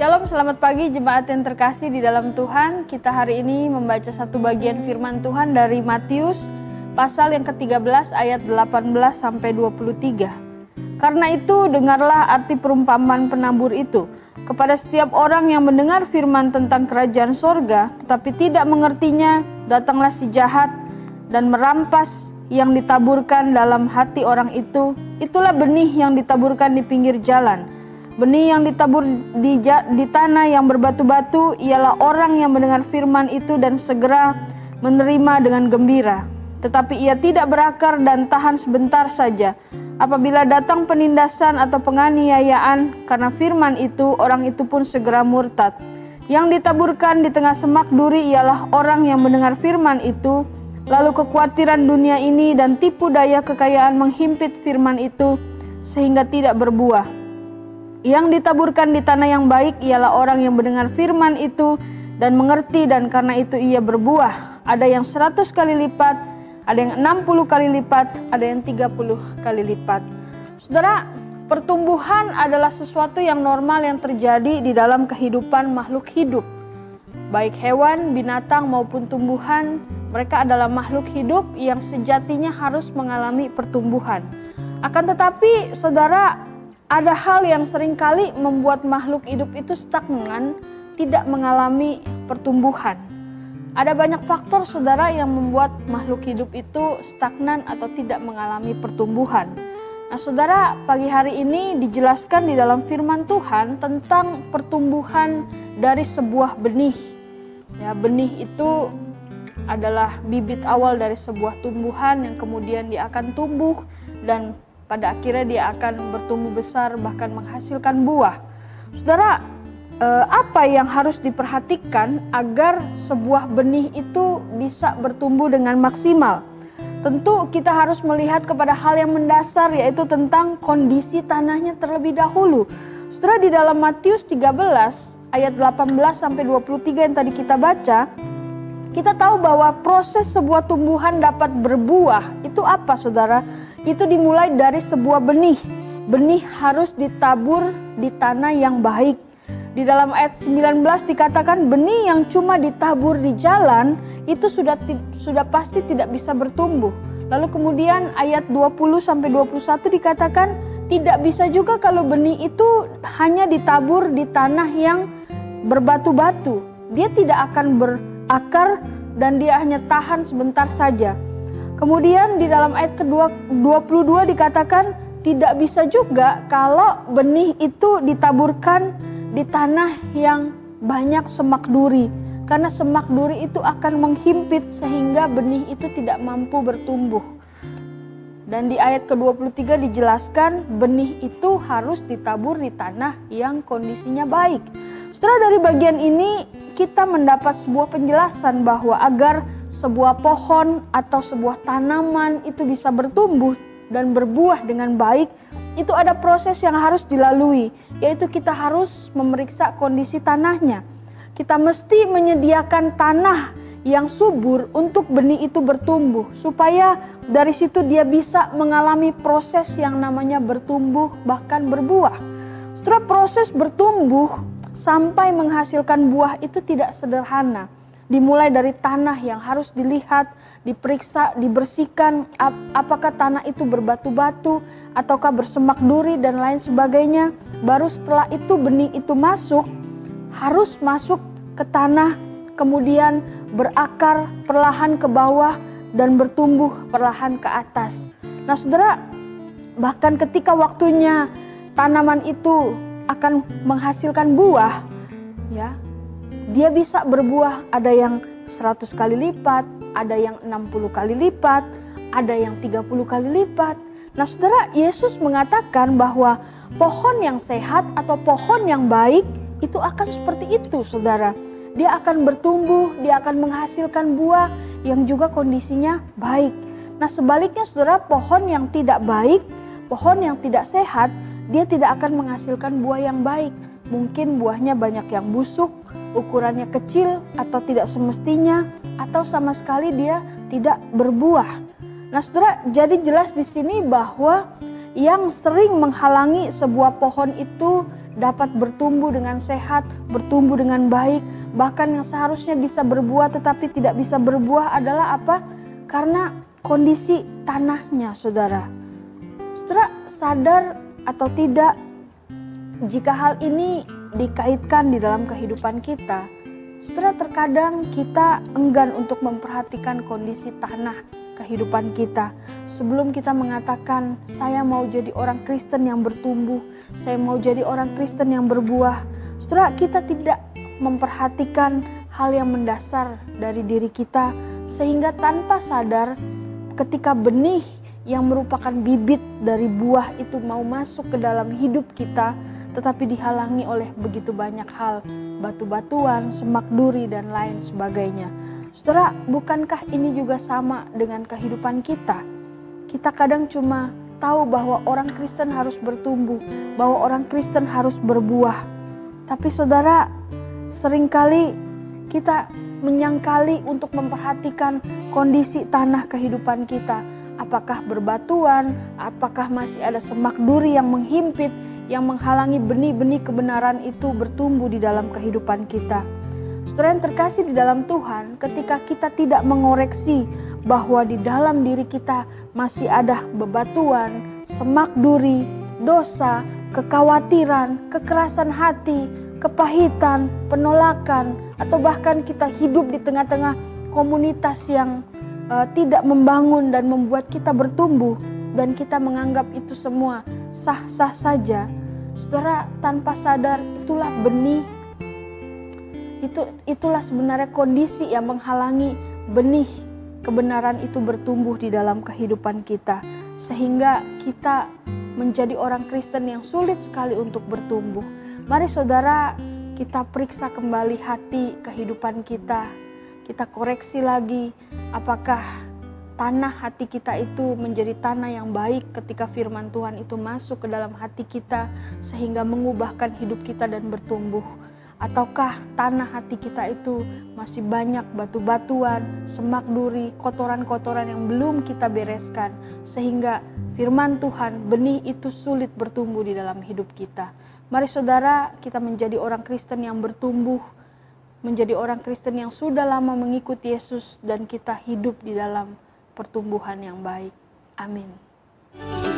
Shalom, selamat pagi jemaat yang terkasih di dalam Tuhan. Kita hari ini membaca satu bagian firman Tuhan dari Matius pasal yang ke-13 ayat 18 sampai 23. Karena itu dengarlah arti perumpamaan penabur itu. Kepada setiap orang yang mendengar firman tentang kerajaan sorga tetapi tidak mengertinya, datanglah si jahat dan merampas yang ditaburkan dalam hati orang itu. Itulah benih yang ditaburkan di pinggir jalan. Benih yang ditabur di tanah yang berbatu-batu ialah orang yang mendengar firman itu dan segera menerima dengan gembira. Tetapi ia tidak berakar dan tahan sebentar saja. Apabila datang penindasan atau penganiayaan karena firman itu, orang itu pun segera murtad. Yang ditaburkan di tengah semak duri ialah orang yang mendengar firman itu, lalu kekhawatiran dunia ini dan tipu daya kekayaan menghimpit firman itu sehingga tidak berbuah. Yang ditaburkan di tanah yang baik ialah orang yang mendengar firman itu dan mengerti, dan karena itu ia berbuah. Ada yang 100 kali lipat, ada yang 60 kali lipat, ada yang 30 kali lipat. Saudara, pertumbuhan adalah sesuatu yang normal yang terjadi di dalam kehidupan makhluk hidup. Baik hewan, binatang maupun tumbuhan, mereka adalah makhluk hidup yang sejatinya harus mengalami pertumbuhan. Akan tetapi, saudara, ada hal yang seringkali membuat makhluk hidup itu stagnan, tidak mengalami pertumbuhan. Ada banyak faktor, saudara, yang membuat makhluk hidup itu stagnan atau tidak mengalami pertumbuhan. Nah, saudara, pagi hari ini dijelaskan di dalam firman Tuhan tentang pertumbuhan dari sebuah benih. Ya, benih itu adalah bibit awal dari sebuah tumbuhan yang kemudian dia akan tumbuh dan pada akhirnya dia akan bertumbuh besar bahkan menghasilkan buah. Saudara, apa yang harus diperhatikan agar sebuah benih itu bisa bertumbuh dengan maksimal? Tentu kita harus melihat kepada hal yang mendasar, yaitu tentang kondisi tanahnya terlebih dahulu. Saudara, di dalam Matius 13 ayat 18 sampai 23 yang tadi kita baca, kita tahu bahwa proses sebuah tumbuhan dapat berbuah itu apa, saudara? Itu dimulai dari sebuah benih. Benih harus ditabur di tanah yang baik. Di dalam ayat 19 dikatakan benih yang cuma ditabur di jalan itu sudah pasti tidak bisa bertumbuh. Lalu kemudian ayat 20 sampai 21 dikatakan tidak bisa juga kalau benih itu hanya ditabur di tanah yang berbatu-batu. Dia tidak akan berakar dan dia hanya tahan sebentar saja. Kemudian di dalam ayat ke-22 dikatakan tidak bisa juga kalau benih itu ditaburkan di tanah yang banyak semak duri. Karena semak duri itu akan menghimpit sehingga benih itu tidak mampu bertumbuh. Dan di ayat ke-23 dijelaskan benih itu harus ditabur di tanah yang kondisinya baik. Setelah dari bagian ini kita mendapat sebuah penjelasan bahwa agar sebuah pohon atau sebuah tanaman itu bisa bertumbuh dan berbuah dengan baik, itu ada proses yang harus dilalui, yaitu kita harus memeriksa kondisi tanahnya. Kita mesti menyediakan tanah yang subur untuk benih itu bertumbuh, supaya dari situ dia bisa mengalami proses yang namanya bertumbuh bahkan berbuah. Setelah proses bertumbuh sampai menghasilkan buah itu tidak sederhana. Dimulai dari tanah yang harus dilihat, diperiksa, dibersihkan, apakah tanah itu berbatu-batu ataukah bersemak duri dan lain sebagainya. Baru setelah itu benih itu harus masuk ke tanah, kemudian berakar perlahan ke bawah dan bertumbuh perlahan ke atas. Nah, saudara, bahkan ketika waktunya tanaman itu akan menghasilkan buah, ya, dia bisa berbuah, ada yang 100 kali lipat, ada yang 60 kali lipat, ada yang 30 kali lipat. Nah, saudara, Yesus mengatakan bahwa pohon yang sehat atau pohon yang baik itu akan seperti itu, saudara. Dia akan bertumbuh, dia akan menghasilkan buah yang juga kondisinya baik. Nah, sebaliknya, saudara, pohon yang tidak baik, pohon yang tidak sehat, dia tidak akan menghasilkan buah yang baik. Mungkin buahnya banyak yang busuk, ukurannya kecil atau tidak semestinya, atau sama sekali dia tidak berbuah. Nah, saudara, jadi jelas di sini bahwa yang sering menghalangi sebuah pohon itu dapat bertumbuh dengan sehat, bertumbuh dengan baik. Bahkan yang seharusnya bisa berbuah tetapi tidak bisa berbuah adalah apa? Karena kondisi tanahnya, saudara. Saudara sadar atau tidak, jika hal ini dikaitkan di dalam kehidupan kita, saudara, terkadang kita enggan untuk memperhatikan kondisi tanah kehidupan kita. Sebelum kita mengatakan, saya mau jadi orang Kristen yang bertumbuh, saya mau jadi orang Kristen yang berbuah. Saudara, kita tidak memperhatikan hal yang mendasar dari diri kita, sehingga tanpa sadar ketika benih yang merupakan bibit dari buah itu mau masuk ke dalam hidup kita, tetapi dihalangi oleh begitu banyak hal, batu-batuan, semak duri, dan lain sebagainya. Saudara, bukankah ini juga sama dengan kehidupan kita? Kita kadang cuma tahu bahwa orang Kristen harus bertumbuh, bahwa orang Kristen harus berbuah. Tapi saudara, seringkali kita menyangkali untuk memperhatikan kondisi tanah kehidupan kita. Apakah berbatuan, apakah masih ada semak duri yang menghimpit, yang menghalangi benih-benih kebenaran itu bertumbuh di dalam kehidupan kita. Saudara yang terkasih di dalam Tuhan, ketika kita tidak mengoreksi bahwa di dalam diri kita masih ada bebatuan, semak duri, dosa, kekhawatiran, kekerasan hati, kepahitan, penolakan, atau bahkan kita hidup di tengah-tengah komunitas yang tidak membangun dan membuat kita bertumbuh, dan kita menganggap itu semua sah-sah saja. Saudara, tanpa sadar itulah benih, itulah sebenarnya kondisi yang menghalangi benih kebenaran itu bertumbuh di dalam kehidupan kita, sehingga kita menjadi orang Kristen yang sulit sekali untuk bertumbuh. Mari saudara, kita periksa kembali hati kehidupan kita. Kita koreksi lagi, apakah tanah hati kita itu menjadi tanah yang baik ketika firman Tuhan itu masuk ke dalam hati kita sehingga mengubahkan hidup kita dan bertumbuh. Ataukah tanah hati kita itu masih banyak batu-batuan, semak duri, kotoran-kotoran yang belum kita bereskan sehingga firman Tuhan, benih itu sulit bertumbuh di dalam hidup kita. Mari saudara, kita menjadi orang Kristen yang bertumbuh, menjadi orang Kristen yang sudah lama mengikuti Yesus, dan kita hidup di dalam pertumbuhan yang baik. Amin.